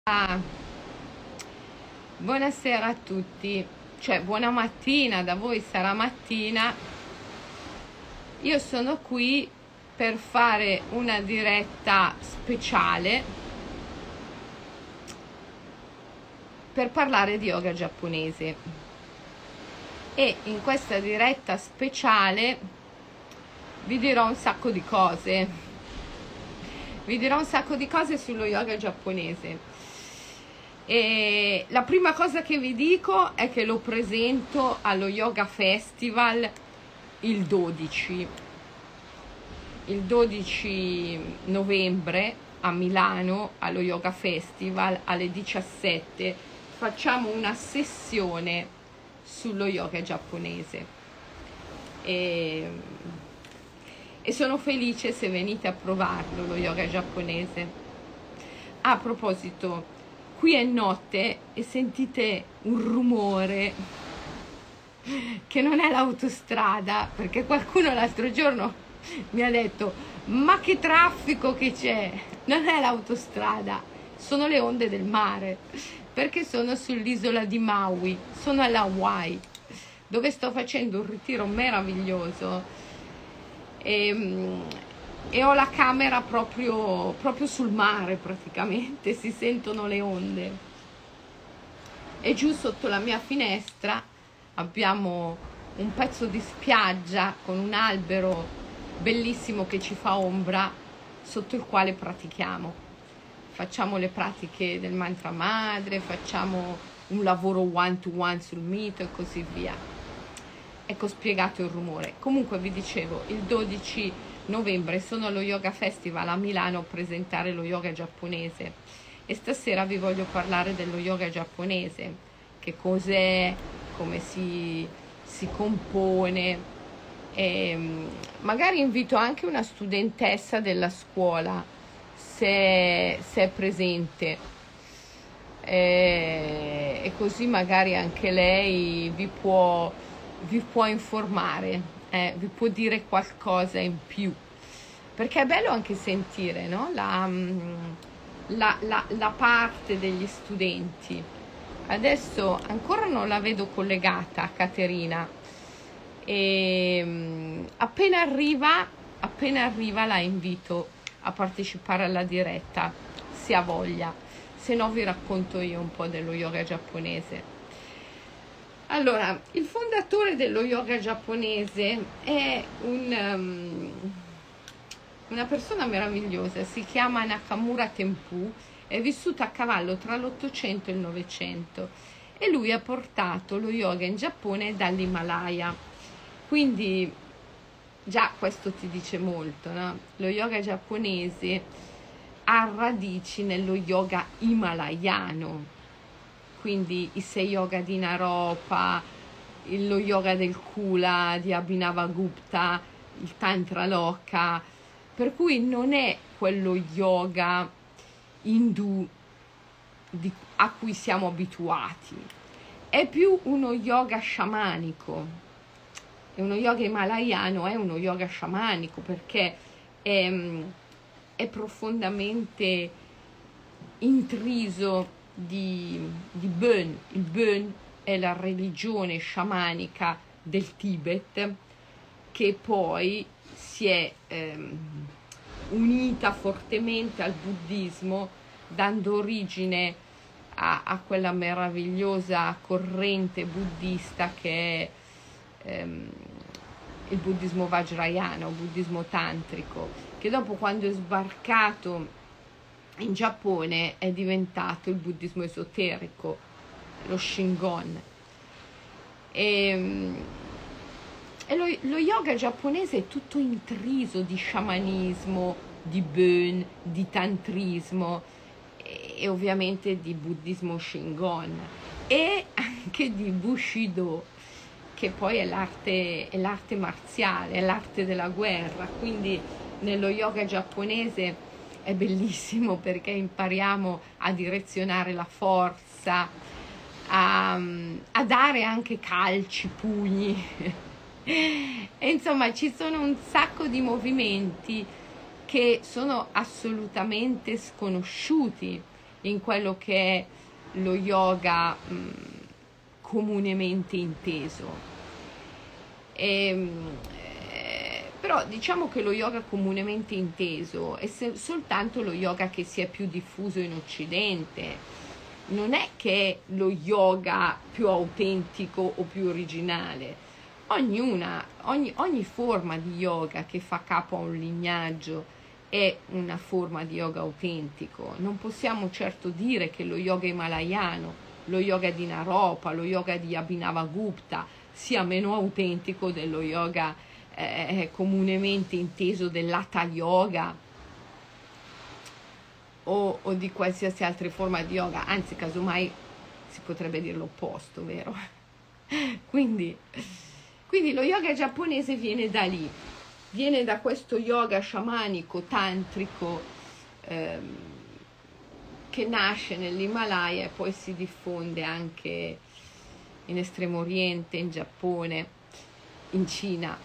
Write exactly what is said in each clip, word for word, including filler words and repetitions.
Ah, buonasera a tutti, cioè buona mattina, da voi sarà mattina. Io sono qui per fare una diretta speciale per parlare di yoga giapponese e in questa diretta speciale vi dirò un sacco di cose, vi dirò un sacco di cose sullo yoga giapponese. E la prima cosa che vi dico è che lo presento allo Yoga Festival il dodici il dodici novembre a Milano, allo Yoga Festival alle diciassette facciamo una sessione sullo yoga giapponese e, e sono felice se venite a provarlo, lo yoga giapponese. A proposito, qui è notte e sentite un rumore che non è l'autostrada, perché qualcuno l'altro giorno mi ha detto: ma che traffico che c'è! Non è l'autostrada, sono le onde del mare, perché sono sull'isola di Maui, sono alla Hawaii, dove sto facendo un ritiro meraviglioso e, e ho la camera proprio, proprio sul mare, praticamente si sentono le onde. E giù sotto la mia finestra abbiamo un pezzo di spiaggia con un albero bellissimo che ci fa ombra, sotto il quale pratichiamo. Facciamo le pratiche del mantra madre, facciamo un lavoro one to one sul mito e così via. Ecco spiegato il rumore. Comunque vi dicevo, il dodici novembre sono allo Yoga Festival a Milano a presentare lo yoga giapponese e stasera vi voglio parlare dello yoga giapponese, che cos'è, come si, si compone. E magari invito anche una studentessa della scuola se, se è presente e, e così magari anche lei vi può, vi può informare, eh, vi può dire qualcosa in più, perché è bello anche sentire, no? la, la, la, la parte degli studenti. Adesso ancora non la vedo collegata, Caterina. E appena arriva, appena arriva la invito a partecipare alla diretta, se ha voglia, se no vi racconto io un po' dello yoga giapponese. Allora, il fondatore dello yoga giapponese è un, um, una persona meravigliosa, si chiama Nakamura Tenpu, è vissuto a cavallo tra l'Ottocento e il Novecento e lui ha portato lo yoga in Giappone dall'Himalaya. Quindi già questo ti dice molto, no? Lo yoga giapponese ha radici nello yoga himalayano, quindi i sei yoga di Naropa, lo yoga del Kula di Abhinavagupta, il Tantra Loka, per cui non è quello yoga indù di, a cui siamo abituati, è più uno yoga sciamanico. E uno yoga himalayano è uno yoga sciamanico perché è, è profondamente intriso di, di Bön. Il Bön è la religione sciamanica del Tibet che poi si è ehm, unita fortemente al buddismo, dando origine a, a quella meravigliosa corrente buddista che è il buddismo vajrayana o buddismo tantrico, che dopo, quando è sbarcato in Giappone, è diventato il buddismo esoterico, lo Shingon. E, e lo, lo yoga giapponese è tutto intriso di sciamanismo, di Bön, di tantrismo e, e ovviamente di buddismo Shingon e anche di Bushido, che poi è l'arte, è l'arte marziale, è l'arte della guerra. Quindi nello yoga giapponese è bellissimo perché impariamo a direzionare la forza, a, a dare anche calci, pugni e insomma ci sono un sacco di movimenti che sono assolutamente sconosciuti in quello che è lo yoga mh, comunemente inteso. E, eh, però diciamo che lo yoga comunemente inteso è se- soltanto lo yoga che si è più diffuso in Occidente. Non è che è lo yoga più autentico o più originale. Ognuna, ogni, ogni forma di yoga che fa capo a un lignaggio è una forma di yoga autentico. Non possiamo certo dire che lo yoga himalayano, lo yoga di Naropa, lo yoga di Abhinavagupta sia meno autentico dello yoga eh, comunemente inteso dell'hatha yoga o, o di qualsiasi altra forma di yoga, anzi casomai si potrebbe dire l'opposto, vero? Quindi, quindi lo yoga giapponese viene da lì, viene da questo yoga sciamanico, tantrico, ehm, che nasce nell'Himalaya e poi si diffonde anche in Estremo Oriente, in Giappone, in Cina.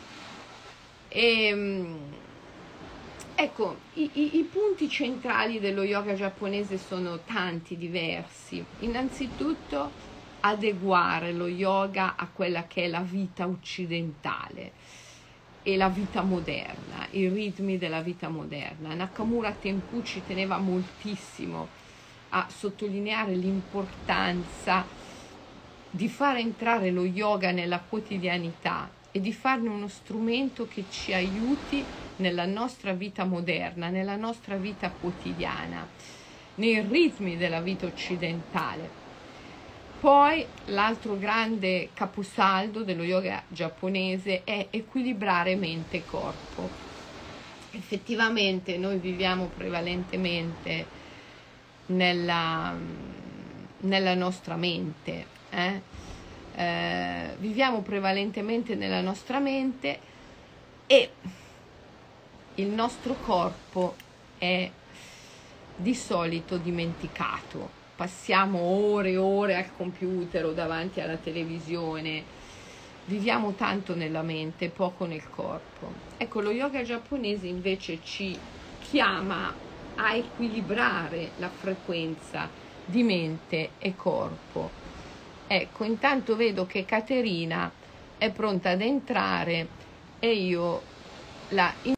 E, ecco, i, i, i punti centrali dello yoga giapponese sono tanti, diversi. Innanzitutto adeguare lo yoga a quella che è la vita occidentale e la vita moderna, i ritmi della vita moderna. Nakamura Tenku ci teneva moltissimo a sottolineare l'importanza di far entrare lo yoga nella quotidianità e di farne uno strumento che ci aiuti nella nostra vita moderna, nella nostra vita quotidiana, nei ritmi della vita occidentale. Poi l'altro grande caposaldo dello yoga giapponese è equilibrare mente e corpo. Effettivamente noi viviamo prevalentemente nella, nella nostra mente, eh? Eh, viviamo prevalentemente nella nostra mente e il nostro corpo è di solito dimenticato. Passiamo ore e ore al computer o davanti alla televisione, viviamo tanto nella mente, poco nel corpo. Ecco, lo yoga giapponese invece ci chiama a equilibrare la frequenza di mente e corpo. Ecco, intanto vedo che Caterina è pronta ad entrare e io la invito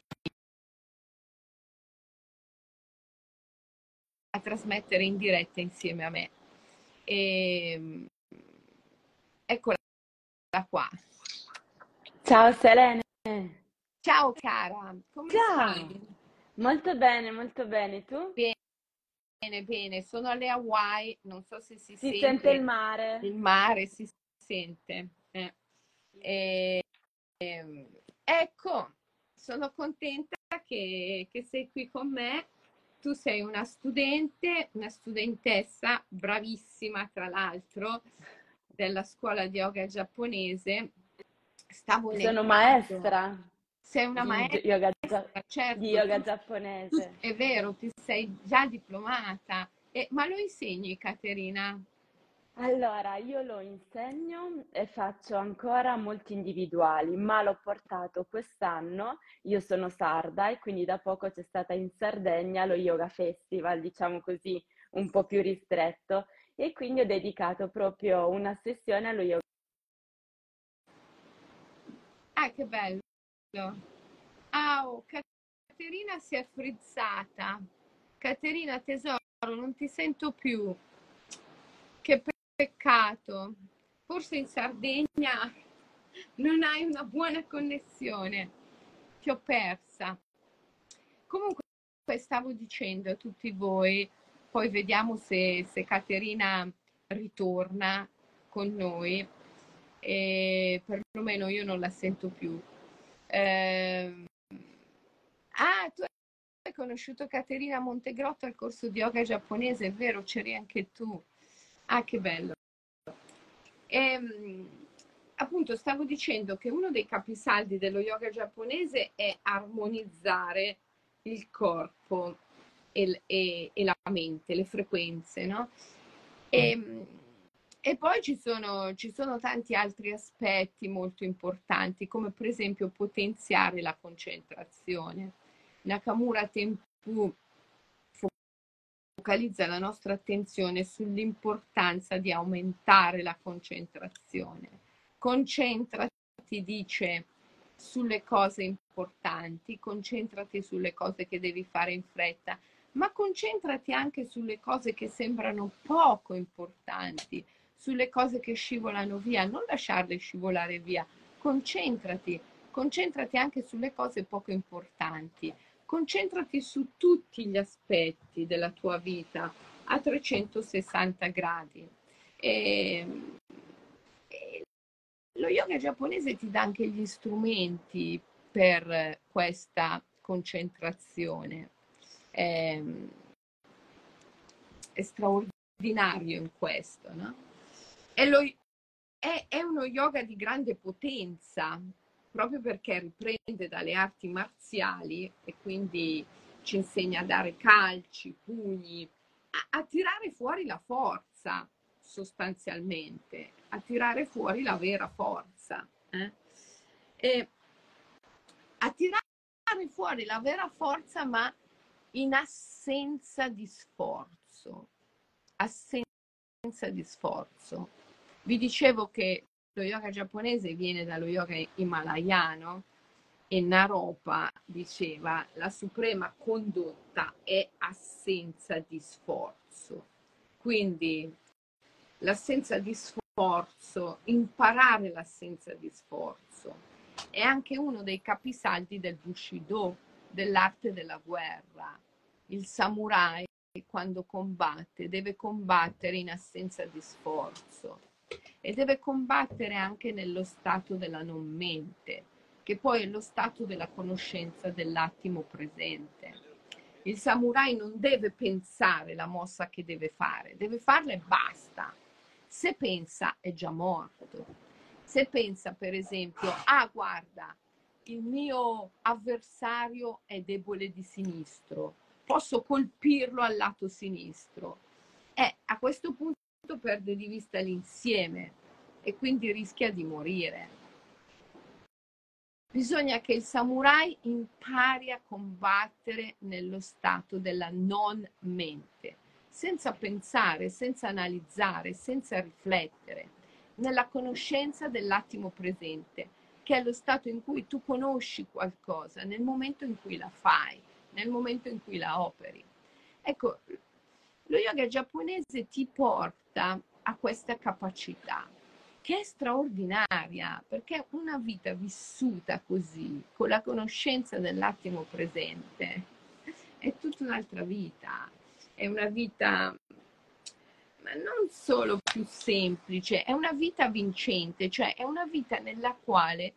a trasmettere in diretta insieme a me. E eccola qua. Ciao Selene. Ciao cara, come Ciao. stai? Molto bene, molto bene. Tu? Bene, bene, sono alle Hawaii, non so se si Si sente il sente mare? il mare, si sente. Eh. E, ehm, ecco, sono contenta che, che sei qui con me. Tu sei una studente, una studentessa bravissima, tra l'altro, della scuola di yoga giapponese. Stavo Sono leggendo. maestra Sei una di maestra, gi- yoga, gia- di certo, tu, yoga tu- giapponese. è vero, ti sei già diplomata. E, ma lo insegni, Caterina? Allora, io lo insegno e faccio ancora molti individuali, ma l'ho portato quest'anno. Io sono sarda e quindi da poco c'è stata in Sardegna lo Yoga Festival, diciamo così, un po' più ristretto. E quindi ho dedicato proprio una sessione allo yoga. Ah, che bello. Ah, oh, Caterina si è frizzata. Caterina, tesoro, non ti sento più. Che peccato. Forse in Sardegna non hai una buona connessione. Ti ho persa. Comunque stavo dicendo a tutti voi, poi vediamo se, se Caterina ritorna con noi, e perlomeno io non la sento più. Eh, ah, tu hai conosciuto Caterina Montegrotto al corso di yoga giapponese, è vero, c'eri anche tu. Ah, che bello. E, appunto stavo dicendo che uno dei capisaldi dello yoga giapponese è armonizzare il corpo e, e, e la mente, le frequenze, no? E, e poi ci sono, ci sono tanti altri aspetti molto importanti, come per esempio potenziare la concentrazione. Nakamura Tenpu focalizza la nostra attenzione sull'importanza di aumentare la concentrazione. Concentrati, dice, sulle cose importanti, concentrati sulle cose che devi fare in fretta, ma concentrati anche sulle cose che sembrano poco importanti, sulle cose che scivolano via, non lasciarle scivolare via, concentrati, concentrati anche sulle cose poco importanti, concentrati su tutti gli aspetti della tua vita a trecentosessanta gradi. E, e lo yoga giapponese ti dà anche gli strumenti per questa concentrazione. È, è straordinario in questo, no? E lo, è, è uno yoga di grande potenza, proprio perché riprende dalle arti marziali e quindi ci insegna a dare calci, pugni, a, a tirare fuori la forza, sostanzialmente, a tirare fuori la vera forza. Eh? E a tirare fuori la vera forza, ma in assenza di sforzo. Assenza di sforzo. Vi dicevo che lo yoga giapponese viene dallo yoga himalayano e Naropa diceva la suprema condotta è assenza di sforzo. Quindi l'assenza di sforzo, imparare l'assenza di sforzo è anche uno dei capisaldi del Bushido, dell'arte della guerra. Il samurai quando combatte deve combattere in assenza di sforzo e deve combattere anche nello stato della non mente, che poi è lo stato della conoscenza dell'attimo presente. Il samurai non deve pensare la mossa che deve fare, deve farla e basta. Se pensa è già morto. Se pensa per esempio, ah guarda, il mio avversario è debole di sinistro, posso colpirlo al lato sinistro. Eh, a questo punto perde di vista l'insieme e quindi rischia di morire. Bisogna che il samurai impari a combattere nello stato della non mente, senza pensare, senza analizzare, senza riflettere, nella conoscenza dell'attimo presente, che è lo stato in cui tu conosci qualcosa nel momento in cui la fai, nel momento in cui la operi. Ecco, lo yoga giapponese ti porta a questa capacità, che è straordinaria, perché una vita vissuta così, con la conoscenza dell'attimo presente, è tutta un'altra vita. È una vita, ma non solo più semplice, è una vita vincente, cioè è una vita nella quale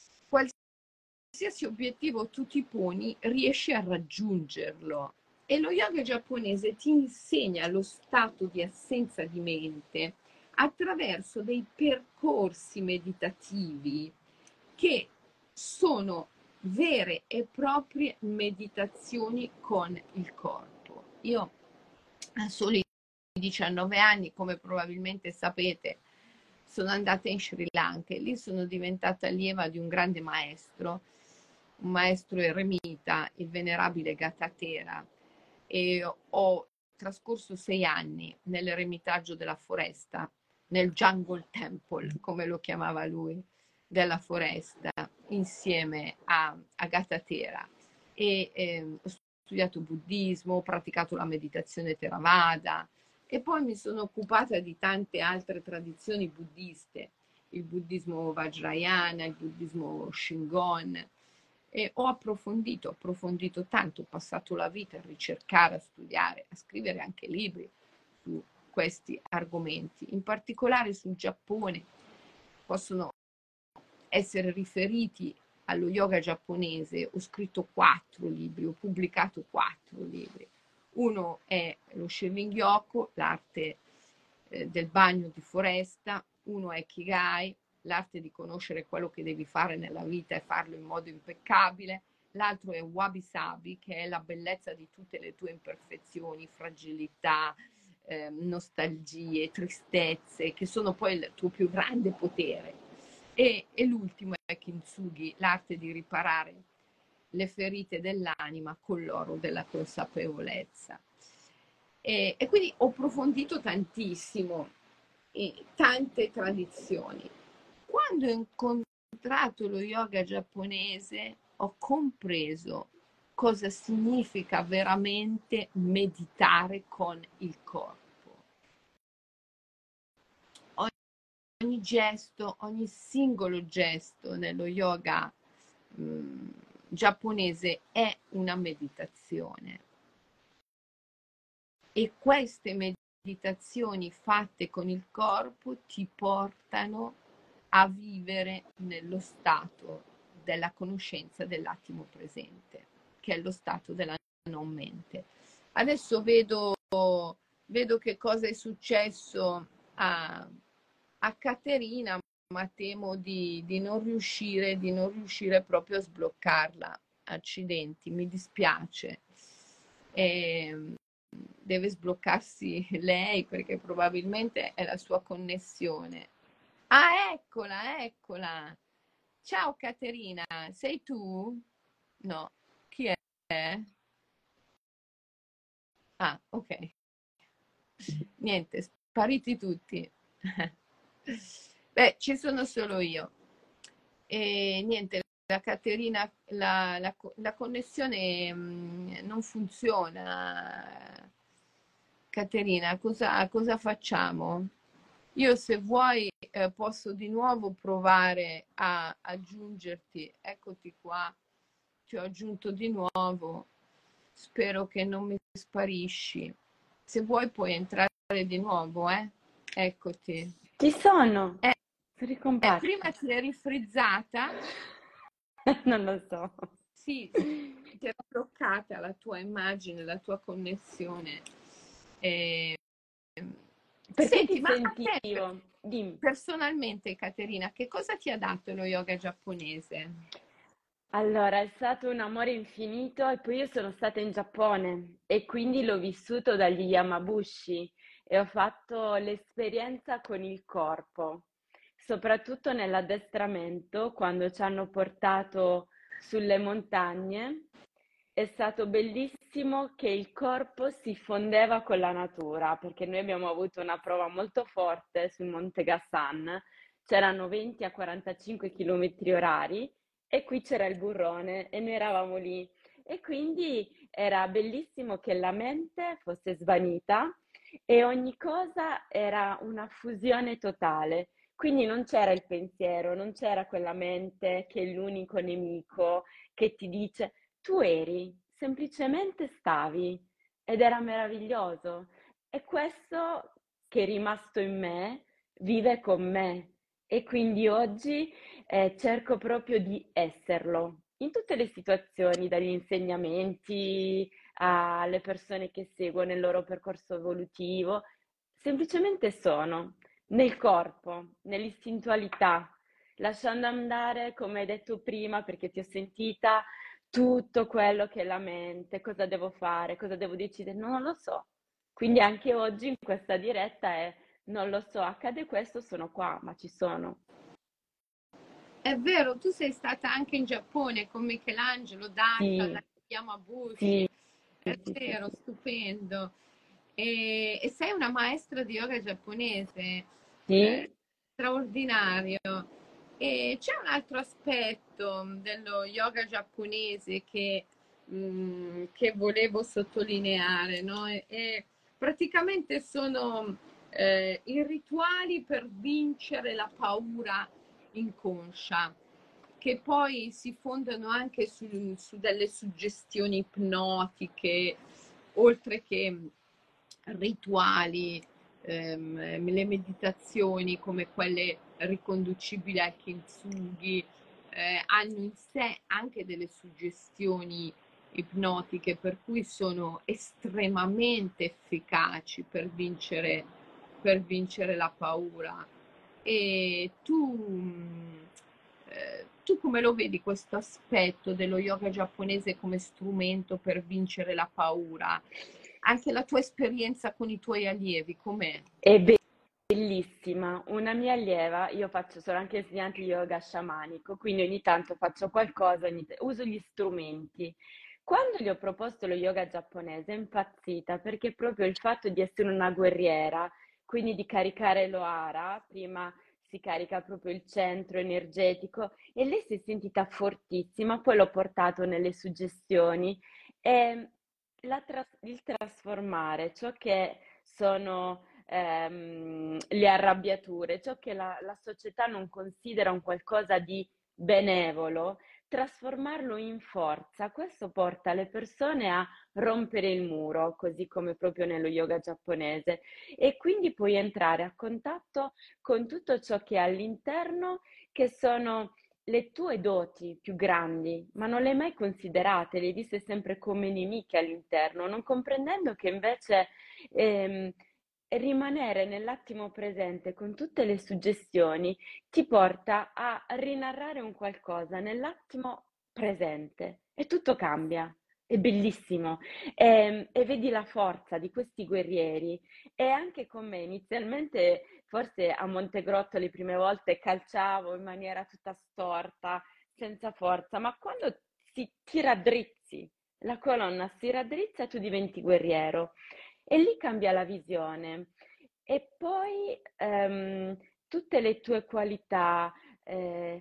qualsiasi obiettivo tu ti poni riesci a raggiungerlo. E lo yoga giapponese ti insegna lo stato di assenza di mente attraverso dei percorsi meditativi che sono vere e proprie meditazioni con il corpo. Io a soli diciannove anni, come probabilmente sapete, sono andata in Sri Lanka e lì sono diventata allieva di un grande maestro, un maestro eremita, il venerabile Gattatera, e ho trascorso sei anni nell'eremitaggio della foresta, nel Jungle Temple, come lo chiamava lui, della foresta, insieme a, a Gattatera. E eh, ho studiato buddismo, ho praticato la meditazione Theravada e poi mi sono occupata di tante altre tradizioni buddiste, il buddismo Vajrayana, il buddismo Shingon, e ho approfondito, approfondito tanto, ho passato la vita a ricercare, a studiare, a scrivere anche libri su questi argomenti, in particolare sul Giappone. Possono essere riferiti allo yoga giapponese. Ho scritto quattro libri, ho pubblicato quattro libri. Uno è lo Shinrin-yoku, l'arte eh, del bagno di foresta, uno è Ikigai, l'arte di conoscere quello che devi fare nella vita e farlo in modo impeccabile, l'altro è Wabi Sabi, che è la bellezza di tutte le tue imperfezioni, fragilità, eh, nostalgie, tristezze, che sono poi il tuo più grande potere. E, e l'ultimo è Kintsugi, l'arte di riparare le ferite dell'anima con l'oro della consapevolezza. E, e quindi ho approfondito tantissimo, e tante tradizioni. Quando ho incontrato lo yoga giapponese, ho compreso cosa significa veramente meditare con il corpo. Ogni gesto, ogni singolo gesto nello yoga mh, giapponese è una meditazione. E queste meditazioni fatte con il corpo ti portano a vivere nello stato della conoscenza dell'attimo presente, che è lo stato della non mente. Adesso vedo, vedo che cosa è successo a, a Caterina, ma temo di, di non riuscire, di non riuscire proprio a sbloccarla. Accidenti, mi dispiace. E, deve sbloccarsi lei perché probabilmente è la sua connessione. Ah, eccola, eccola. Ciao Caterina, sei tu? No, chi è? Ah, ok. Niente, spariti tutti. Beh, ci sono solo io. E niente, la Caterina, la, la, la connessione mh, non funziona. Caterina, cosa, cosa facciamo? Io se vuoi eh, posso di nuovo provare a aggiungerti. Eccoti qua, ti ho aggiunto di nuovo. Spero che non mi sparisci. Se vuoi puoi entrare di nuovo, eh? Eccoti. Ci sono, Eh, sono eh, ricomparsa. prima ti eri frizzata? Non lo so. Sì, ti era bloccata la tua immagine, la tua connessione. Eh, Perché ti Senti, ma a te sentivo? Dimmi. personalmente, Caterina, che cosa ti ha dato lo yoga giapponese? Allora, è stato un amore infinito e poi io sono stata in Giappone e quindi l'ho vissuto dagli Yamabushi e ho fatto l'esperienza con il corpo, soprattutto nell'addestramento, quando ci hanno portato sulle montagne. È stato bellissimo che il corpo si fondeva con la natura, perché noi abbiamo avuto una prova molto forte sul Monte Gassan, c'erano venti a quarantacinque km orari e qui c'era il burrone e noi eravamo lì. E quindi era bellissimo che la mente fosse svanita e ogni cosa era una fusione totale. Quindi non c'era il pensiero, non c'era quella mente che è l'unico nemico che ti dice tu eri, semplicemente stavi ed era meraviglioso. E questo che è rimasto in me vive con me e quindi oggi eh, cerco proprio di esserlo in tutte le situazioni, dagli insegnamenti alle persone che seguo nel loro percorso evolutivo, semplicemente sono nel corpo, nell'istintualità, lasciando andare, come hai detto prima, perché ti ho sentita, tutto quello che è la mente, cosa devo fare, cosa devo decidere, no, non lo so. Quindi anche oggi in questa diretta è non lo so, accade questo, sono qua, ma ci sono. È vero, tu sei stata anche in Giappone con Michelangelo, Dante, Sì, Yamabushi. sì, È sì, sì, sì, vero, sì. stupendo. E, e sei una maestra di yoga giapponese, eh, Sì? straordinario. E c'è un altro aspetto dello yoga giapponese che, mm, che volevo sottolineare, no? E, e praticamente sono eh, i rituali per vincere la paura inconscia, che poi si fondano anche su, su delle suggestioni ipnotiche, oltre che rituali, ehm, le meditazioni come quelle riconducibili al kintsugi, eh, hanno in sé anche delle suggestioni ipnotiche, per cui sono estremamente efficaci per vincere, per vincere la paura. E tu, eh, tu come lo vedi questo aspetto dello yoga giapponese come strumento per vincere la paura? Anche la tua esperienza con i tuoi allievi, com'è? È bellissima. Una mia allieva, io faccio, sono anche insegnante di yoga sciamanico, quindi ogni tanto faccio qualcosa, ogni t- uso gli strumenti. Quando gli ho proposto lo yoga giapponese è impazzita perché proprio il fatto di essere una guerriera, quindi di caricare l'Ohara, prima si carica proprio il centro energetico e lei si è sentita fortissima, poi l'ho portato nelle suggestioni e la tras- il trasformare ciò che sono ehm, le arrabbiature, ciò che la, la società non considera un qualcosa di benevolo, trasformarlo in forza. Questo porta le persone a rompere il muro, così come proprio nello yoga giapponese, e quindi puoi entrare a contatto con tutto ciò che è all'interno, che sono le tue doti più grandi, ma non le hai mai considerate, le hai viste sempre come nemiche all'interno, non comprendendo che invece ehm, rimanere nell'attimo presente con tutte le suggestioni ti porta a rinarrare un qualcosa nell'attimo presente e tutto cambia. È bellissimo. E, e vedi la forza di questi guerrieri. E anche con me, inizialmente, forse a Montegrotto le prime volte calciavo in maniera tutta storta, senza forza, ma quando si, ti raddrizzi, la colonna si raddrizza e tu diventi guerriero. E lì cambia la visione. E poi ehm, tutte le tue qualità, eh,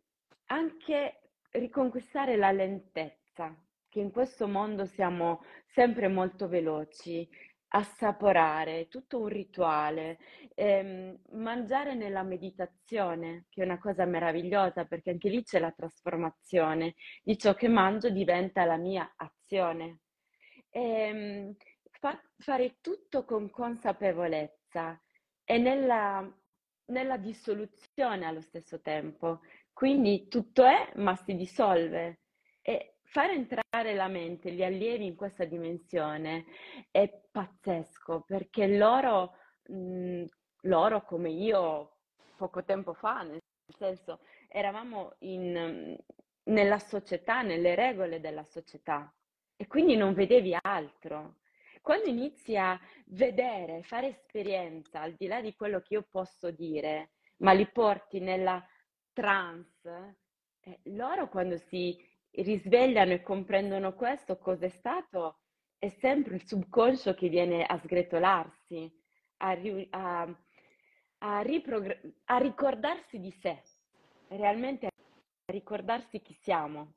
anche riconquistare la lentezza, che in questo mondo siamo sempre molto veloci, assaporare, tutto un rituale, ehm, mangiare nella meditazione, che è una cosa meravigliosa perché anche lì c'è la trasformazione di ciò che mangio diventa la mia azione. Ehm, fa- fare tutto con consapevolezza e nella, nella dissoluzione allo stesso tempo. Quindi tutto è, ma si dissolve. E fare entrare la mente, gli allievi in questa dimensione è pazzesco perché loro, mh, loro come io poco tempo fa, nel senso, eravamo in, nella società, nelle regole della società e quindi non vedevi altro. Quando inizi a vedere, fare esperienza, al di là di quello che io posso dire, ma li porti nella trance, eh, loro quando si risvegliano e comprendono questo, cos'è stato, è sempre il subconscio che viene a sgretolarsi, a, ri- a, a riprogra- a ricordarsi di sé, realmente a ricordarsi chi siamo.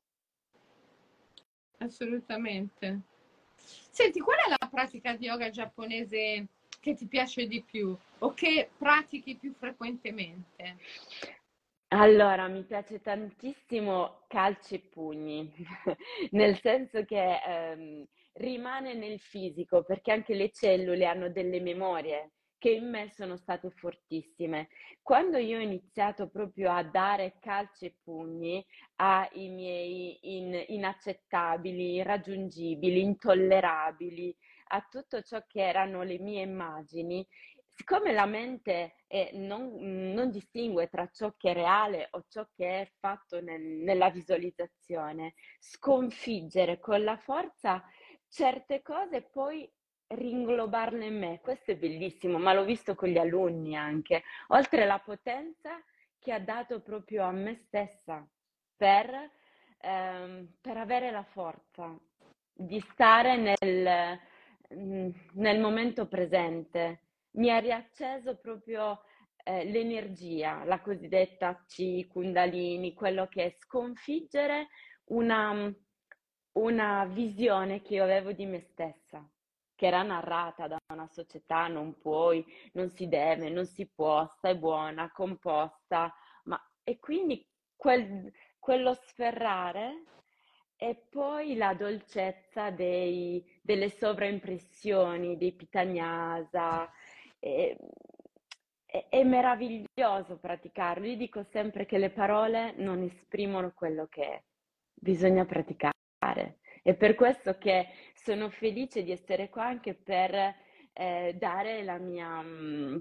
Assolutamente. Senti, qual è la pratica di yoga giapponese che ti piace di più o che pratichi più frequentemente? Allora, mi piace tantissimo calci e pugni, nel senso che ehm, rimane nel fisico, perché anche le cellule hanno delle memorie che in me sono state fortissime. Quando io ho iniziato proprio a dare calci e pugni ai miei in- inaccettabili, irraggiungibili, intollerabili, a tutto ciò che erano le mie immagini, siccome la mente eh, non, non distingue tra ciò che è reale o ciò che è fatto nel- nella visualizzazione, sconfiggere con la forza certe cose e poi ringlobarle in me, questo è bellissimo, ma l'ho visto con gli alunni anche, oltre alla potenza che ha dato proprio a me stessa per, ehm, per avere la forza di stare nel, mm, nel momento presente. Mi ha riacceso proprio eh, l'energia, la cosiddetta C, Kundalini, quello che è sconfiggere una, una visione che io avevo di me stessa, che era narrata da una società, non puoi, non si deve, non si può, stai buona, composta, ma e quindi quel- quello sferrare e poi la dolcezza dei- delle sovraimpressioni, dei Pitagnasa. È, è- è meraviglioso praticarlo. Io dico sempre che le parole non esprimono quello che è, bisogna praticare. È per questo che sono felice di essere qua anche per eh, dare la mia, mm,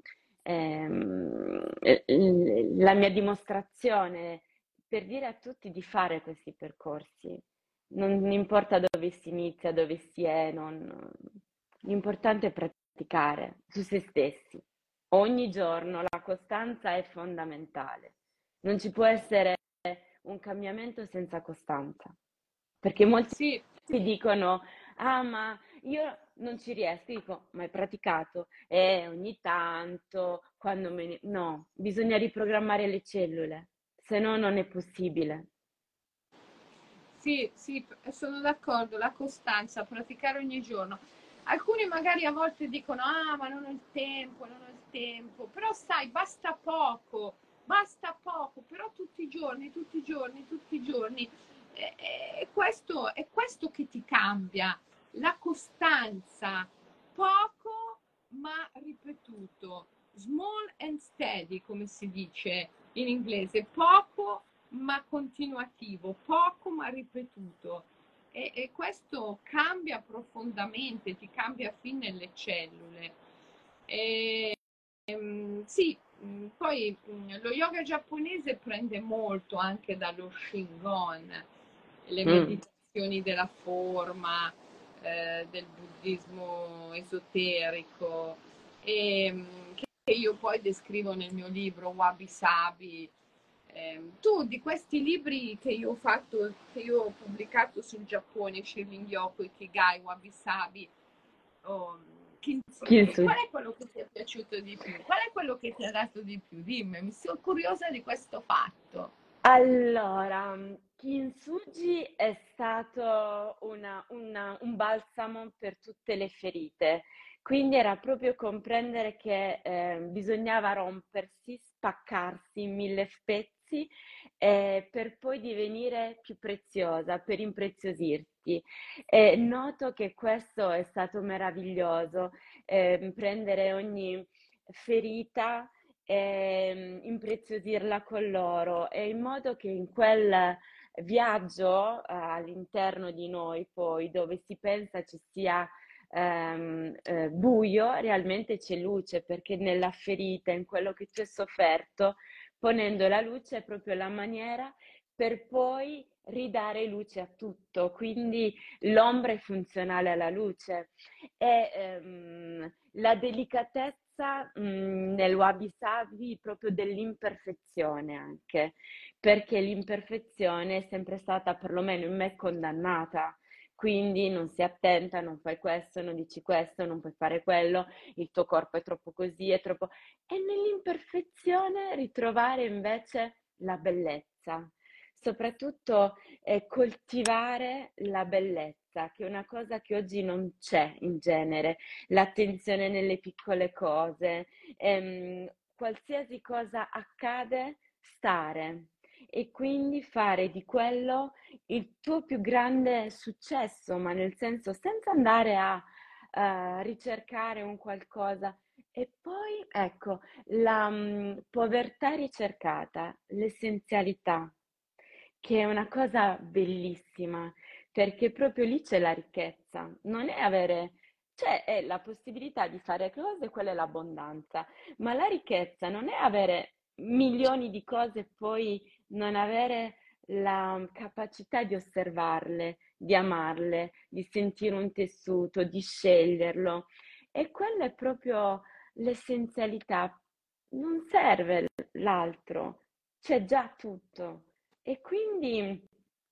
ehm, la mia dimostrazione, per dire a tutti di fare questi percorsi. Non importa dove si inizia, dove si è, non- l'importante è praticare su se stessi. Ogni giorno la costanza è fondamentale. Non ci può essere un cambiamento senza costanza, perché molti Sì, Ti dicono, ah ma io non ci riesco, io dico, ma hai praticato? Eh, ogni tanto, quando me ne... No, bisogna riprogrammare le cellule, se no non è possibile. Sì, sì, sono d'accordo, la costanza, praticare ogni giorno. Alcuni magari a volte dicono, ah, ma non ho il tempo, non ho il tempo, però sai, basta poco, basta poco, però tutti i giorni, tutti i giorni, tutti i giorni. E, e questo, è questo che ti cambia, la costanza, poco ma ripetuto, small and steady, come si dice in inglese, poco ma continuativo, poco ma ripetuto. E, e questo cambia profondamente, ti cambia fin nelle cellule. E, ehm, sì, mh, poi mh, lo yoga giapponese prende molto anche dallo Shingon, le Mm. meditazioni della forma, eh, del buddismo esoterico, e, mh, che io poi descrivo nel mio libro Wabi Sabi. Eh, tu di questi libri che io ho fatto, che io ho pubblicato sul Giappone, Shirling Yoko, Ikigai, Wabi Sabi, oh, Kintsugi, Kintsugi. qual è quello che ti è piaciuto di più? Qual è quello che ti ha dato di più? Dimmi, mi sono curiosa di questo fatto. Allora, Kintsugi è stato una- una- un balsamo per tutte le ferite, quindi era proprio comprendere che eh, bisognava rompersi, spaccarsi in mille pezzi eh, per poi divenire più preziosa, per impreziosirti. E noto che questo è stato meraviglioso, eh, prendere ogni ferita e impreziosirla con l'oro, e in modo che in quel viaggio eh, all'interno di noi, poi dove si pensa ci sia ehm, eh, buio, realmente c'è luce, perché nella ferita, in quello che tu hai sofferto, ponendo la luce è proprio la maniera per poi ridare luce a tutto. Quindi l'ombra è funzionale alla luce, e ehm, la delicatezza mh, nel wabi sabi proprio dell'imperfezione anche, perché l'imperfezione è sempre stata, perlomeno in me, condannata. Quindi non sei attenta, non fai questo, non dici questo, non puoi fare quello, il tuo corpo è troppo così, è troppo... E nell'imperfezione ritrovare invece la bellezza, soprattutto eh, coltivare la bellezza, che è una cosa che oggi non c'è in genere, l'attenzione nelle piccole cose, ehm, qualsiasi cosa accade, stare, e quindi fare di quello il tuo più grande successo, ma nel senso senza andare a eh, ricercare un qualcosa. E poi ecco, la mh, povertà ricercata, l'essenzialità, che è una cosa bellissima, perché proprio lì c'è la ricchezza, non è avere, cioè è la possibilità di fare cose, quella è l'abbondanza, ma la ricchezza non è avere milioni di cose e poi non avere la capacità di osservarle, di amarle, di sentire un tessuto, di sceglierlo. E quella è proprio l'essenzialità. Non serve l'altro, c'è già tutto. E quindi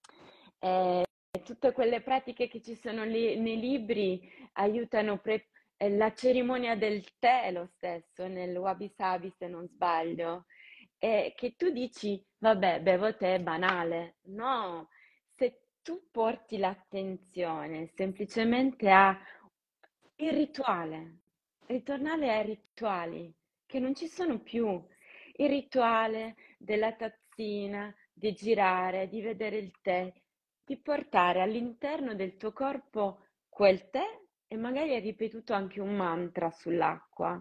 eh, tutte quelle pratiche che ci sono lì nei libri aiutano pre- eh, la cerimonia del tè, lo stesso, nel Wabi Sabi, se non sbaglio, e che tu dici, vabbè, bevo tè, è banale. No, se tu porti l'attenzione semplicemente a il rituale, ritornare ai rituali che non ci sono più, il rituale della tazzina, di girare, di vedere il tè, di portare all'interno del tuo corpo quel tè, e magari hai ripetuto anche un mantra sull'acqua.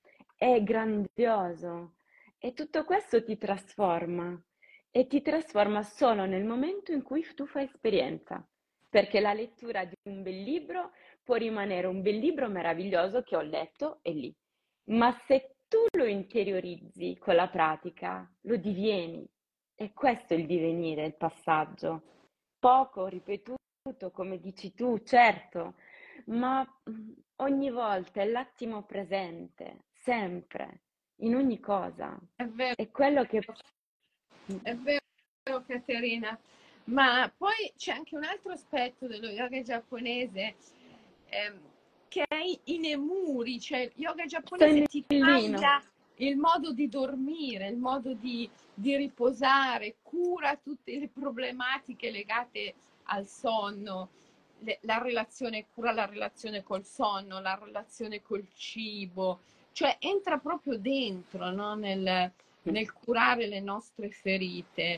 È grandioso, e tutto questo ti trasforma, e ti trasforma solo nel momento in cui tu fai esperienza, perché la lettura di un bel libro può rimanere un bel libro meraviglioso che ho letto e lì, ma se tu lo interiorizzi con la pratica, lo divieni. E questo è il divenire, il passaggio. Poco, ripetuto, come dici tu, certo, ma mm, ogni volta è l'attimo presente, sempre, in ogni cosa. È vero, È quello che... è vero, Caterina. Ma poi c'è anche un altro aspetto dello yoga giapponese, ehm, che è i nemuri, cioè il yoga giapponese ti Sonnellino. cambia il modo di dormire, il modo di, di riposare, cura tutte le problematiche legate al sonno, le- la relazione, cura la relazione col sonno, la relazione col cibo, cioè entra proprio dentro, no? nel, nel curare le nostre ferite.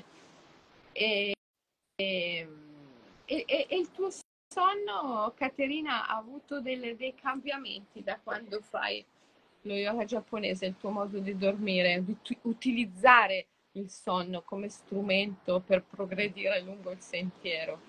E, e, e- e il tuo sonno, Caterina, ha avuto delle- dei cambiamenti da quando fai lo yoga giapponese, il tuo modo di dormire, di tu- utilizzare il sonno come strumento per progredire lungo il sentiero.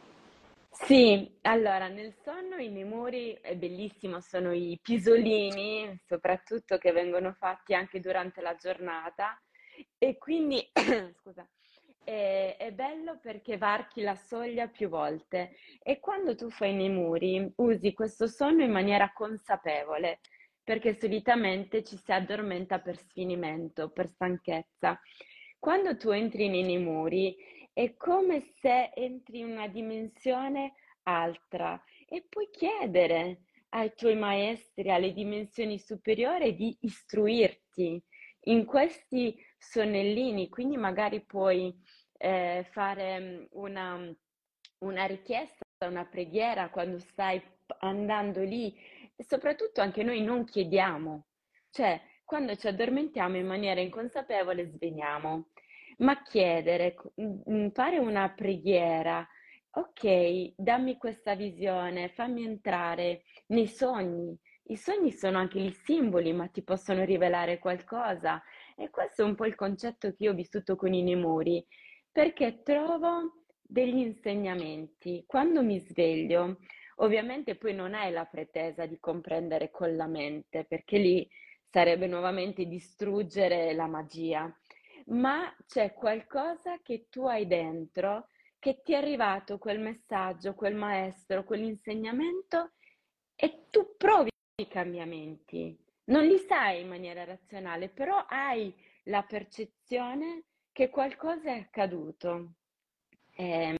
Sì, allora nel sonno i nemuri è bellissimo, sono i pisolini, soprattutto che vengono fatti anche durante la giornata e quindi, scusa, è, è bello perché varchi la soglia più volte e quando tu fai i nemuri usi questo sonno in maniera consapevole, perché solitamente ci si addormenta per sfinimento, per stanchezza. Quando tu entri nei nemuri è come se entri in una dimensione altra e puoi chiedere ai tuoi maestri, alle dimensioni superiori di istruirti in questi sonnellini, quindi magari puoi eh, fare mm, una, una richiesta, una preghiera quando stai p- andando lì e soprattutto anche noi non chiediamo, cioè quando ci addormentiamo in maniera inconsapevole sveniamo. Ma chiedere, co- mm, fare una preghiera, ok, dammi questa visione, fammi entrare nei sogni. I sogni sono anche i simboli, ma ti possono rivelare qualcosa. E questo è un po' il concetto che io ho vissuto con i Nemuri, perché trovo degli insegnamenti. Quando mi sveglio, ovviamente poi non hai la pretesa di comprendere con la mente, perché lì sarebbe nuovamente distruggere la magia, ma c'è qualcosa che tu hai dentro, che ti è arrivato quel messaggio, quel maestro, quell'insegnamento e tu provi i cambiamenti. Non li sai in maniera razionale, però hai la percezione che qualcosa è accaduto. Ehm,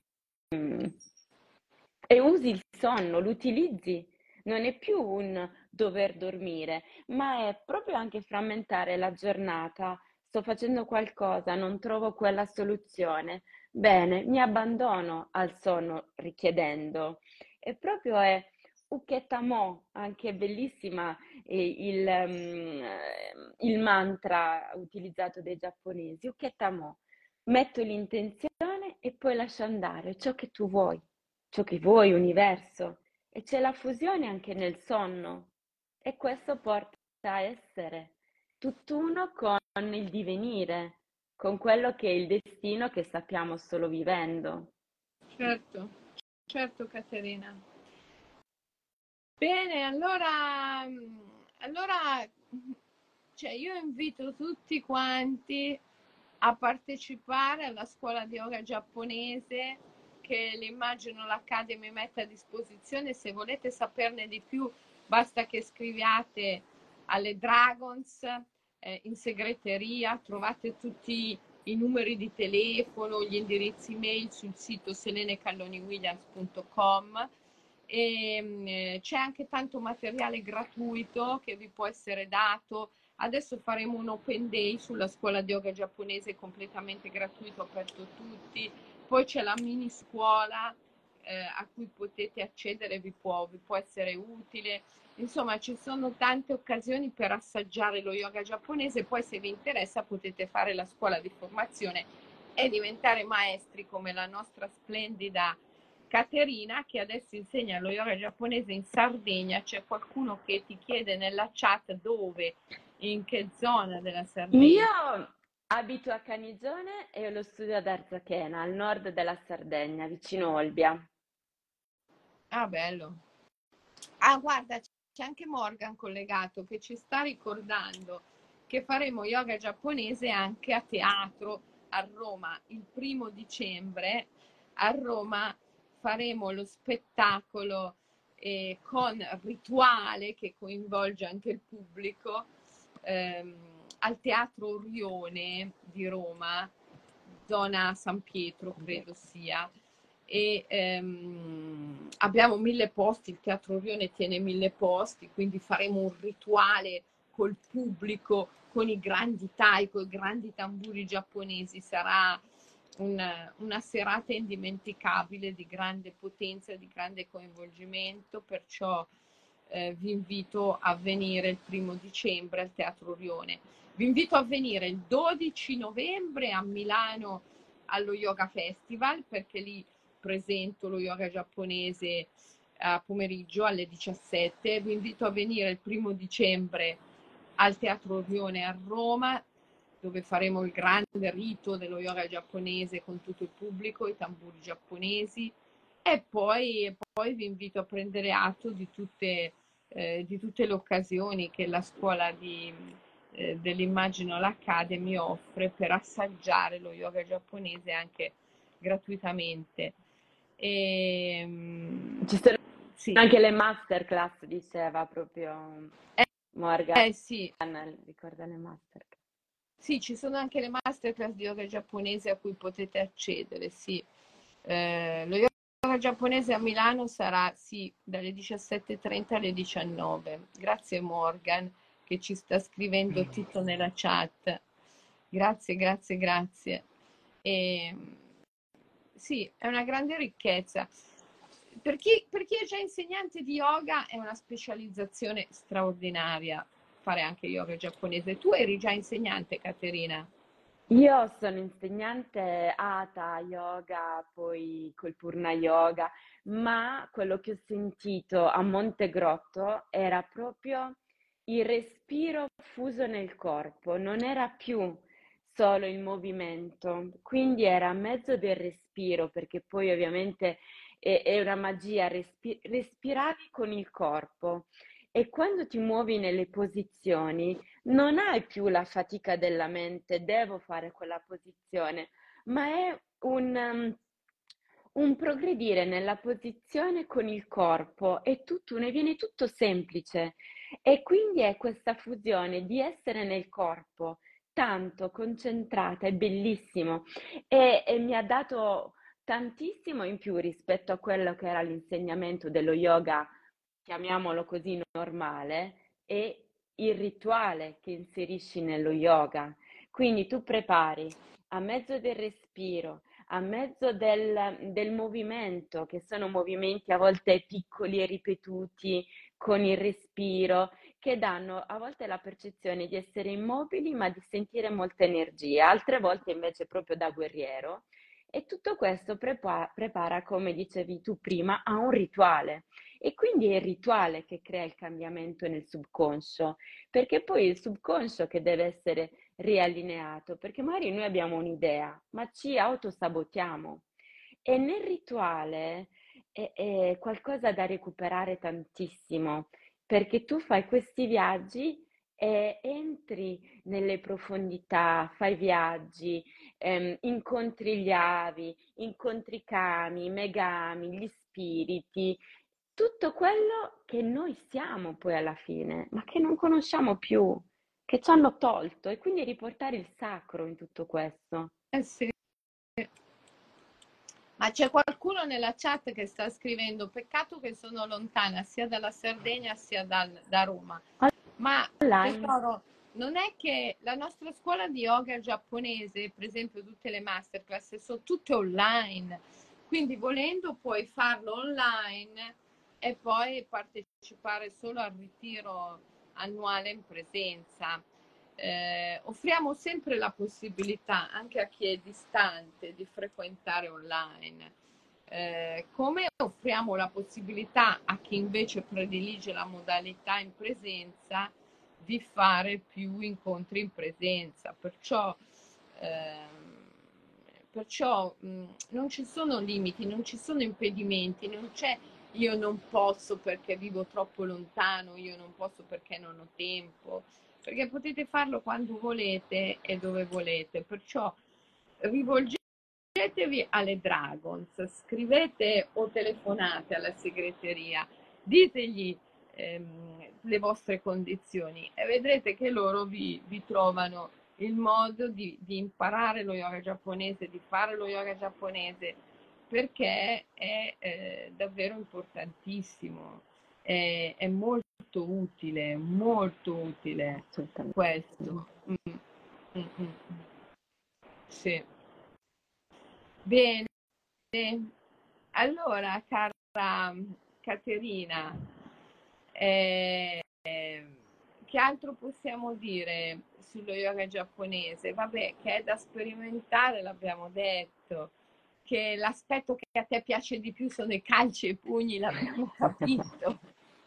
e usi il sonno, lo utilizzi. Non è più un dover dormire, ma è proprio anche frammentare la giornata. Sto facendo qualcosa, non trovo quella soluzione. Bene, mi abbandono al sonno richiedendo. E proprio è Uketamo, anche bellissima, eh, il, mm, eh, il mantra utilizzato dai giapponesi. Uketamo, metto l'intenzione e poi lascio andare ciò che tu vuoi, ciò che vuoi, universo. E c'è la fusione anche nel sonno. E questo porta a essere tutt'uno con il divenire, con quello che è il destino che sappiamo solo vivendo. Certo, certo, Caterina. Bene, allora, mm, allora, cioè io invito tutti quanti a partecipare alla scuola di yoga giapponese che l'immagino l'Academy mette a disposizione. Se volete saperne di più, basta che scriviate alle Dragons eh, in segreteria, trovate tutti i numeri di telefono, gli indirizzi mail sul sito selene calloni williams punto com e mh, c'è anche tanto materiale gratuito che vi può essere dato. Adesso faremo un open day sulla scuola di yoga giapponese completamente gratuito, aperto a tutti. Poi c'è la mini scuola eh, a cui potete accedere, vi può, vi può essere utile. Insomma, ci sono tante occasioni per assaggiare lo yoga giapponese. Poi, se vi interessa, potete fare la scuola di formazione e diventare maestri come la nostra splendida Caterina, che adesso insegna lo yoga giapponese in Sardegna. C'è qualcuno che ti chiede nella chat dove, in che zona della Sardegna. Io abito a Canigione e ho lo studio ad Arzachena, al nord della Sardegna, vicino Olbia. Ah, bello. Ah, guarda, c'è anche Morgan collegato che ci sta ricordando che faremo yoga giapponese anche a teatro a Roma il primo dicembre. A Roma faremo lo spettacolo eh, con rituale che coinvolge anche il pubblico ehm, al Teatro Orione di Roma, zona San Pietro credo sia. e ehm, abbiamo mille posti, il Teatro Rione tiene mille posti, quindi faremo un rituale col pubblico, con i grandi taiko, i grandi tamburi giapponesi, sarà un, una serata indimenticabile di grande potenza, di grande coinvolgimento, perciò eh, vi invito a venire il primo dicembre al Teatro Rione. Vi invito a venire il dodici novembre a Milano allo Yoga Festival, perché lì presento lo yoga giapponese a pomeriggio alle diciassette. Vi invito a venire il primo dicembre al Teatro Rione a Roma, dove faremo il grande rito dello yoga giapponese con tutto il pubblico, i tamburi giapponesi, e poi, poi vi invito a prendere atto di tutte, eh, di tutte le occasioni che la scuola di, eh, dell'Imaginal Academy offre per assaggiare lo yoga giapponese anche gratuitamente. E, Ci sono sì. anche le masterclass, diceva proprio Eh, Morgan, eh sì, ricorda le masterclass. sì, ci sono anche le masterclass di yoga giapponese a cui potete accedere, sì. Eh, lo yoga giapponese a Milano sarà, sì, dalle diciassette e trenta alle diciannove. Grazie Morgan che ci sta scrivendo tutto nella chat. Grazie, grazie, grazie. E, sì, è una grande ricchezza. Per chi, per chi è già insegnante di yoga è una specializzazione straordinaria fare anche yoga giapponese. Tu eri già insegnante, Caterina? Io sono insegnante Hatha Yoga, poi col Purna Yoga, ma quello che ho sentito a Montegrotto era proprio il respiro fuso nel corpo, non era più solo il movimento, quindi era a mezzo del respiro, perché poi ovviamente è, è una magia, respi- respiravi con il corpo e quando ti muovi nelle posizioni non hai più la fatica della mente, devo fare quella posizione, ma è un, um, un progredire nella posizione con il corpo, è tutto, ne viene tutto semplice e quindi è questa fusione di essere nel corpo tanto concentrata, è bellissimo e, e mi ha dato tantissimo in più rispetto a quello che era l'insegnamento dello yoga, chiamiamolo così, normale, e il rituale che inserisci nello yoga. Quindi tu prepari a mezzo del respiro, a mezzo del, del movimento, che sono movimenti a volte piccoli e ripetuti con il respiro, che danno a volte la percezione di essere immobili ma di sentire molta energia, altre volte invece proprio da guerriero. E tutto questo prepa- prepara, come dicevi tu prima, a un rituale. E quindi è il rituale che crea il cambiamento nel subconscio, perché poi è il subconscio che deve essere riallineato, perché magari noi abbiamo un'idea, ma ci autosabotiamo. E nel rituale è, è qualcosa da recuperare tantissimo, perché tu fai questi viaggi e entri nelle profondità, fai viaggi, ehm, incontri gli avi, incontri i kami, i megami, gli spiriti, tutto quello che noi siamo poi alla fine, ma che non conosciamo più, che ci hanno tolto, e quindi riportare il sacro in tutto questo. Eh sì. Ma c'è qualcuno nella chat che sta scrivendo: peccato che sono lontana sia dalla Sardegna sia dal- da Roma. Ma Online. tesoro, non è che la nostra scuola di yoga giapponese, per esempio tutte le masterclass, sono tutte online, quindi volendo puoi farlo online e poi partecipare solo al ritiro annuale in presenza. Eh, offriamo sempre la possibilità anche a chi è distante di frequentare online, eh, come offriamo la possibilità a chi invece predilige la modalità in presenza di fare più incontri in presenza. Perciò, ehm, perciò mh, non ci sono limiti, non ci sono impedimenti, non c'è io non posso perché vivo troppo lontano, io non posso perché non ho tempo, perché potete farlo quando volete e dove volete. Perciò rivolgetevi alle Dragons, scrivete o telefonate alla segreteria, ditegli ehm, le vostre condizioni e vedrete che loro vi, vi trovano il modo di, di imparare lo yoga giapponese, di fare lo yoga giapponese perché è eh, davvero importantissimo, è, è molto utile, molto utile Assolutamente. questo. Mm, mm, mm. Sì. Bene, allora cara Caterina, eh, che altro possiamo dire sullo yoga giapponese? Vabbè, che è da sperimentare, l'abbiamo detto, che l'aspetto che a te piace di più sono i calci e i pugni, l'abbiamo capito,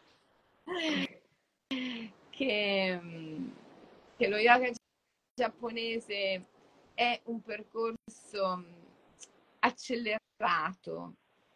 che, che lo yoga giapponese è un percorso accelerato,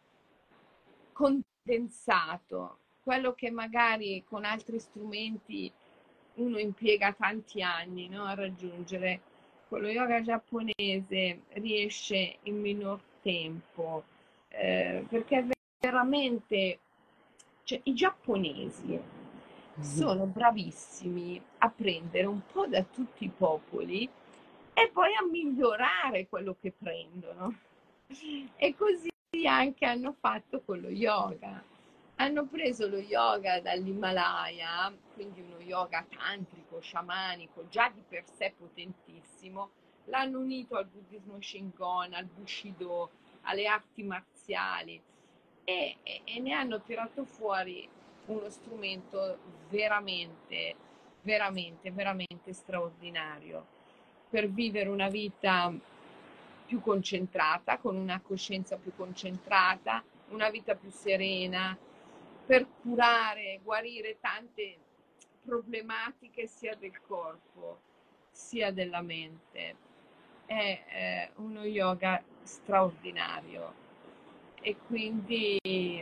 condensato, quello che magari con altri strumenti uno impiega tanti anni, no, a raggiungere. Con lo yoga giapponese riesce in minor tempo, eh, perché è veramente, cioè, i giapponesi sono bravissimi a prendere un po' da tutti i popoli e poi a migliorare quello che prendono. E così anche hanno fatto con lo yoga. Hanno preso lo yoga dall'Himalaya, quindi uno yoga tantrico, sciamanico, già di per sé potentissimo, l'hanno unito al buddismo Shingon, al Bushido, alle arti marziali e, e, e ne hanno tirato fuori uno strumento veramente, veramente, veramente straordinario per vivere una vita più concentrata, con una coscienza più concentrata, una vita più serena, per curare, guarire tante problematiche sia del corpo sia della mente. È eh, uno yoga straordinario e quindi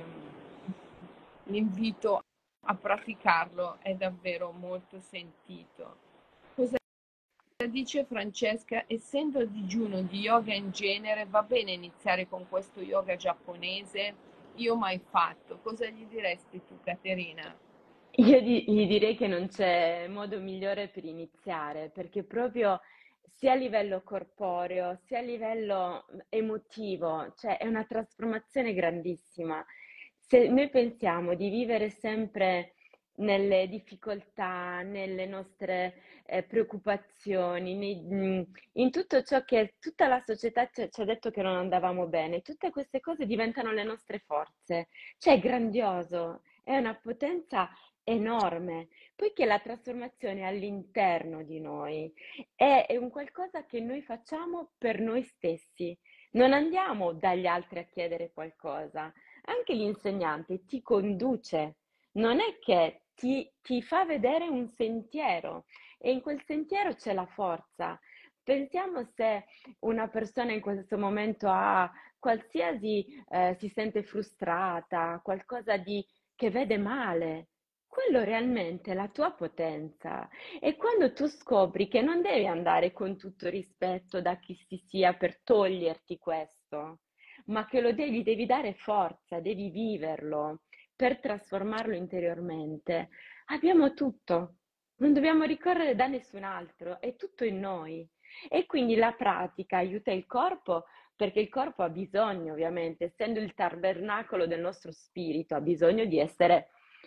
l'invito a praticarlo è davvero molto sentito. Cosa dice Francesca? Essendo a digiuno di yoga in genere, va bene iniziare con questo yoga giapponese? Io mai fatto. Cosa gli diresti tu, Caterina? Io di- gli direi che non c'è modo migliore per iniziare, perché proprio sia a livello corporeo, sia a livello emotivo, cioè è una trasformazione grandissima. Se noi pensiamo di vivere sempre nelle difficoltà, nelle nostre eh, preoccupazioni, nei- mm, in tutto ciò che tutta la società ci, ci ha detto che non andavamo bene, tutte queste cose diventano le nostre forze. Cioè è grandioso, è una potenza enorme, poiché la trasformazione è all'interno di noi, è, è un qualcosa che noi facciamo per noi stessi, non andiamo dagli altri a chiedere qualcosa, anche l'insegnante ti conduce, non è che ti, ti fa vedere un sentiero e in quel sentiero c'è la forza. Pensiamo se una persona in questo momento ha qualsiasi, eh, si sente frustrata, qualcosa di che vede male. Quello realmente è la tua potenza. E quando tu scopri che non devi andare con tutto rispetto da chi si sia per toglierti questo, ma che lo devi, devi dare forza, devi viverlo per trasformarlo interiormente, abbiamo tutto. Non dobbiamo ricorrere da nessun altro, è tutto in noi. E quindi la pratica aiuta il corpo perché il corpo ha bisogno, ovviamente, essendo il tabernacolo del nostro spirito, ha bisogno di essere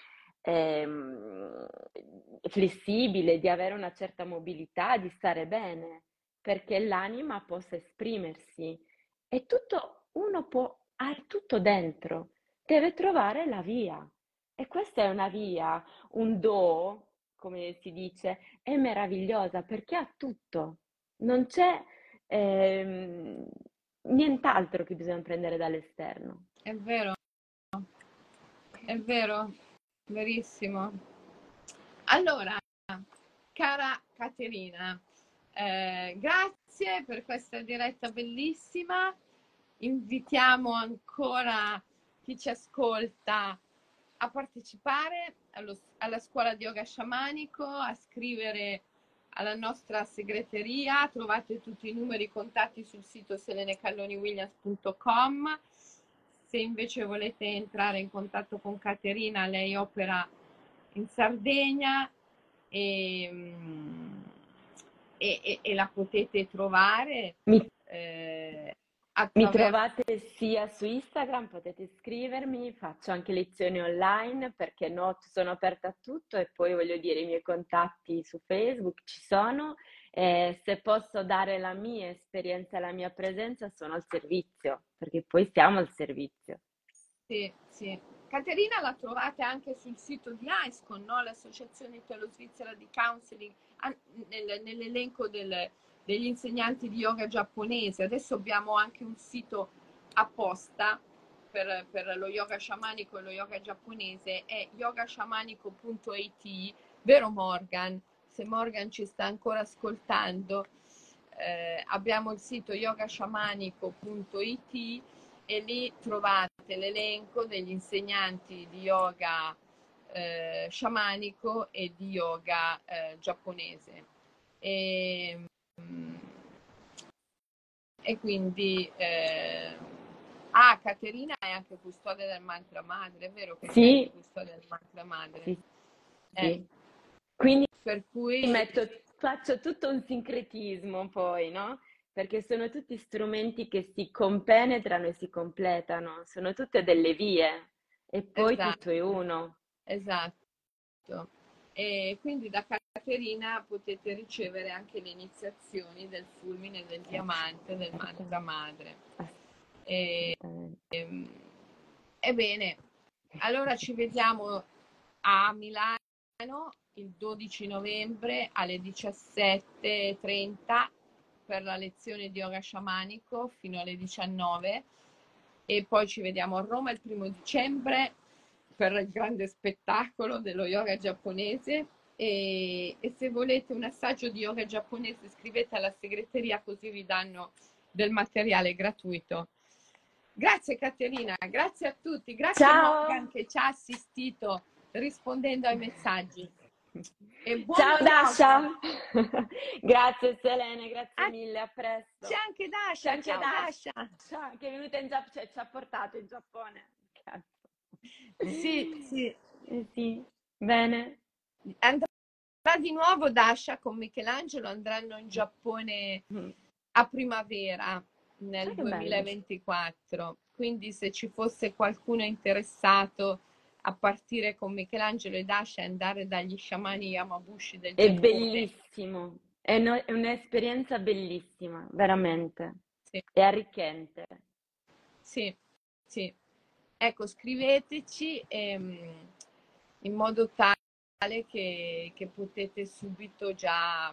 ehm, flessibile, di avere una certa mobilità, di stare bene, perché l'anima possa esprimersi. E tutto, uno può, ha tutto dentro, deve trovare la via. E questa è una via, un do, come si dice, è meravigliosa perché ha tutto. Non c'è ehm, nient'altro che bisogna prendere dall'esterno. È vero, è vero, verissimo. Allora, cara Caterina, eh, grazie per questa diretta bellissima. Invitiamo ancora chi ci ascolta a partecipare allo- alla scuola di yoga sciamanico, a scrivere alla nostra segreteria. Trovate tutti i numeri e contatti sul sito selene calloni williams punto com. Se invece volete entrare in contatto con Caterina, lei opera in Sardegna e, e, e, e la potete trovare Mi eh, Mi attraverso... trovate sia su Instagram, potete scrivermi, faccio anche lezioni online perché no, sono aperta a tutto e poi voglio dire i miei contatti su Facebook ci sono e se posso dare la mia esperienza e la mia presenza sono al servizio, perché poi siamo al servizio. Sì, sì. Caterina la trovate anche sul sito di AISCON, no? L'Associazione Italo-Svizzera di Counseling, an- nel- nell'elenco del- degli insegnanti di yoga giapponese. Adesso abbiamo anche un sito apposta per, per lo yoga sciamanico e lo yoga giapponese, è yogasciamanico punto it, vero Morgan? Se Morgan ci sta ancora ascoltando, eh, abbiamo il sito yogasciamanico punto it e lì trovate l'elenco degli insegnanti di yoga eh, sciamanico e di yoga eh, giapponese. E, mm, e quindi eh, ah, Caterina è anche custode del mantra madre, è vero che sei anche Sì, custode del mantra madre? sì, Eh, sì. Quindi per cui metto, faccio tutto un sincretismo poi, no? Perché sono tutti strumenti che si compenetrano e si completano, sono tutte delle vie e poi tutto è esatto, uno. esatto. E quindi da Caterina potete ricevere anche le iniziazioni del fulmine, del diamante, del mantra Assolutamente. madre. E, Assolutamente. ehm, ebbene, allora ci vediamo a Milano il dodici novembre alle diciassette e trenta per la lezione di yoga sciamanico fino alle diciannove e poi ci vediamo a Roma il primo dicembre per il grande spettacolo dello yoga giapponese e, e se volete un assaggio di yoga giapponese scrivete alla segreteria così vi danno del materiale gratuito. Grazie Caterina, grazie a tutti, grazie Morgan Ciao! che ci ha assistito rispondendo ai messaggi e buon Ciao yoga. Dasha! Grazie Selene, grazie Ah, mille, a c'è presto. anche C'è Dasha, anche ciao Dasha. Dasha che è venuta in Giappone, cioè ci ha portato in Giappone. Cazzo. Sì, sì. Eh sì, bene. Andrà di nuovo Dasha con Michelangelo, andranno in Giappone Mm. a primavera Ah, nel che bello. duemilaventiquattro. Quindi se ci fosse qualcuno interessato a partire con Michelangelo e Dasha e andare dagli sciamani Yamabushi del È Giappone, bellissimo. È, no- è un'esperienza bellissima, veramente. sì, È arricchente. sì, sì. Ecco, scriveteci ehm, in modo tale che, che potete subito già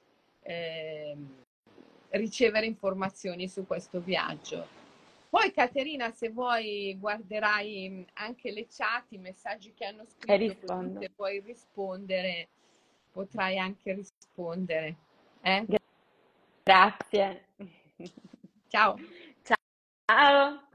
ehm, ricevere informazioni su questo viaggio. Poi Caterina, se vuoi, guarderai anche le chat, i messaggi che hanno E scritto, così rispondo. se vuoi rispondere, potrai anche rispondere. Eh? Grazie. Ciao. Ciao.